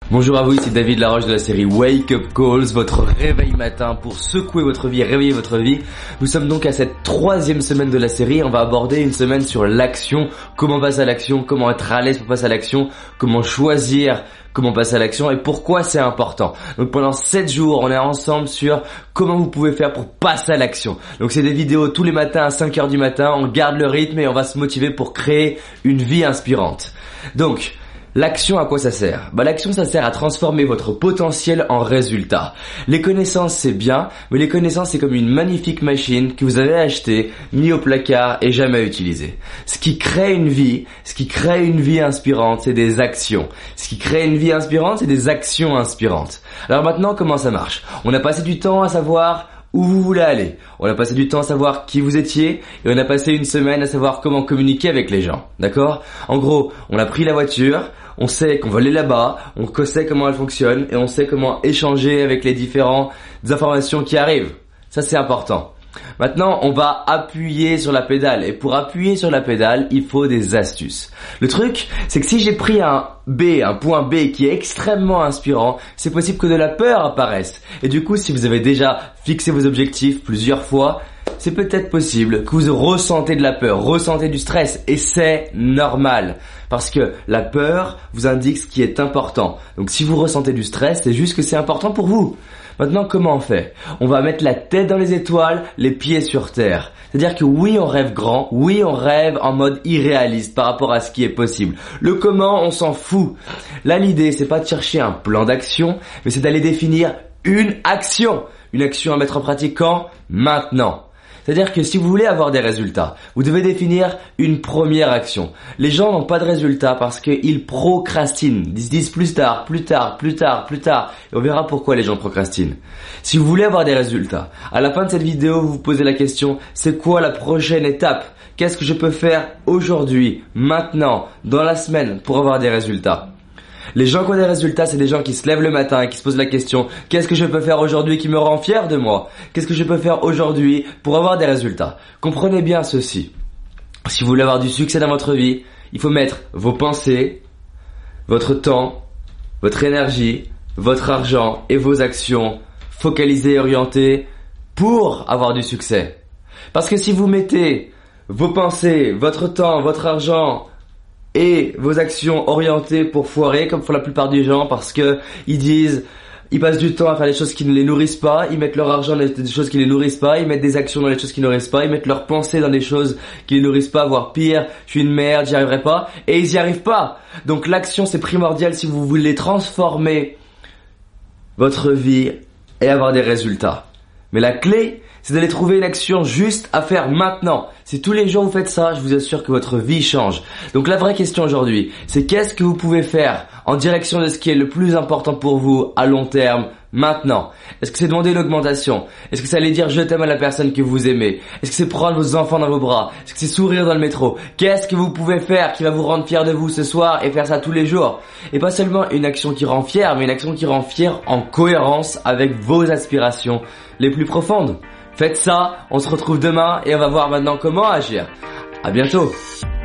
Bonjour à vous, ici David Laroche de la série Wake Up Calls, votre réveil matin pour secouer votre vie, réveiller votre vie. Nous sommes donc à cette 3e semaine de la série. On va aborder une semaine sur l'action, comment passer à l'action, comment être à l'aise pour passer à l'action, comment choisir comment passer à l'action et pourquoi c'est important. Donc pendant 7 jours, on est ensemble sur comment vous pouvez faire pour passer à l'action. Donc c'est des vidéos tous les matins à 5h du matin, on garde le rythme et on va se motiver pour créer une vie inspirante. Donc, l'action, à quoi ça sert? L'action, ça sert à transformer votre potentiel en résultat. Les connaissances, c'est bien, mais les connaissances, c'est comme une magnifique machine que vous avez achetée, mis au placard et jamais utilisée. Ce qui crée une vie inspirante, c'est des actions. Ce qui crée une vie inspirante, c'est des actions inspirantes. Alors maintenant, comment ça marche? On a passé du temps à savoir où vous voulez aller. On a passé du temps à savoir qui vous étiez et on a passé une semaine à savoir comment communiquer avec les gens. D'accord? En gros, on a pris la voiture, on sait qu'on va aller là-bas, on sait comment elle fonctionne et on sait comment échanger avec les différentes informations qui arrivent. Ça, c'est important. Maintenant, on va appuyer sur la pédale et pour appuyer sur la pédale, il faut des astuces. Le truc, c'est que si j'ai pris un point B qui est extrêmement inspirant, c'est possible que de la peur apparaisse. Et du coup, si vous avez déjà fixé vos objectifs plusieurs fois, c'est peut-être possible que vous ressentez de la peur, ressentez du stress et c'est normal. Parce que la peur vous indique ce qui est important. Donc si vous ressentez du stress, c'est juste que c'est important pour vous. Maintenant, comment on fait? On va mettre la tête dans les étoiles, les pieds sur terre. C'est-à-dire que oui, on rêve grand, oui, on rêve en mode irréaliste par rapport à ce qui est possible. Le comment, on s'en fout. Là, l'idée, c'est pas de chercher un plan d'action, mais c'est d'aller définir une action. Une action à mettre en pratique quand? Maintenant. C'est-à-dire que si vous voulez avoir des résultats, vous devez définir une première action. Les gens n'ont pas de résultats parce qu'ils procrastinent. Ils se disent plus tard. Et on verra pourquoi les gens procrastinent. Si vous voulez avoir des résultats, à la fin de cette vidéo, vous vous posez la question, c'est quoi la prochaine étape? Qu'est-ce que je peux faire aujourd'hui, maintenant, dans la semaine pour avoir des résultats? Les gens qui ont des résultats, c'est des gens qui se lèvent le matin et qui se posent la question « Qu'est-ce que je peux faire aujourd'hui qui me rend fier de moi? Qu'est-ce que je peux faire aujourd'hui pour avoir des résultats ?» Comprenez bien ceci. Si vous voulez avoir du succès dans votre vie, il faut mettre vos pensées, votre temps, votre énergie, votre argent et vos actions focalisées et orientées pour avoir du succès. Parce que si vous mettez vos pensées, votre temps, votre argent et vos actions orientées pour foirer, comme font la plupart des gens, parce que ils passent du temps à faire des choses qui ne les nourrissent pas, ils mettent leur argent dans des choses qui ne les nourrissent pas, ils mettent des actions dans les choses qui ne nourrissent pas, ils mettent leurs pensées dans des choses qui ne les nourrissent pas, voire pire, je suis une merde, j'y arriverai pas, et ils y arrivent pas. Donc l'action, c'est primordial si vous voulez transformer votre vie et avoir des résultats. Mais la clé, c'est d'aller trouver une action juste à faire maintenant. Si tous les jours vous faites ça, je vous assure que votre vie change. Donc la vraie question aujourd'hui, c'est qu'est-ce que vous pouvez faire en direction de ce qui est le plus important pour vous à long terme maintenant? Est-ce que c'est demander une augmentation? Est-ce que c'est aller dire je t'aime à la personne que vous aimez? Est-ce que c'est prendre vos enfants dans vos bras? Est-ce que c'est sourire dans le métro? Qu'est-ce que vous pouvez faire qui va vous rendre fier de vous ce soir et faire ça tous les jours? Et pas seulement une action qui rend fier, mais une action qui rend fier en cohérence avec vos aspirations les plus profondes. Faites ça, on se retrouve demain et on va voir maintenant comment agir. À bientôt.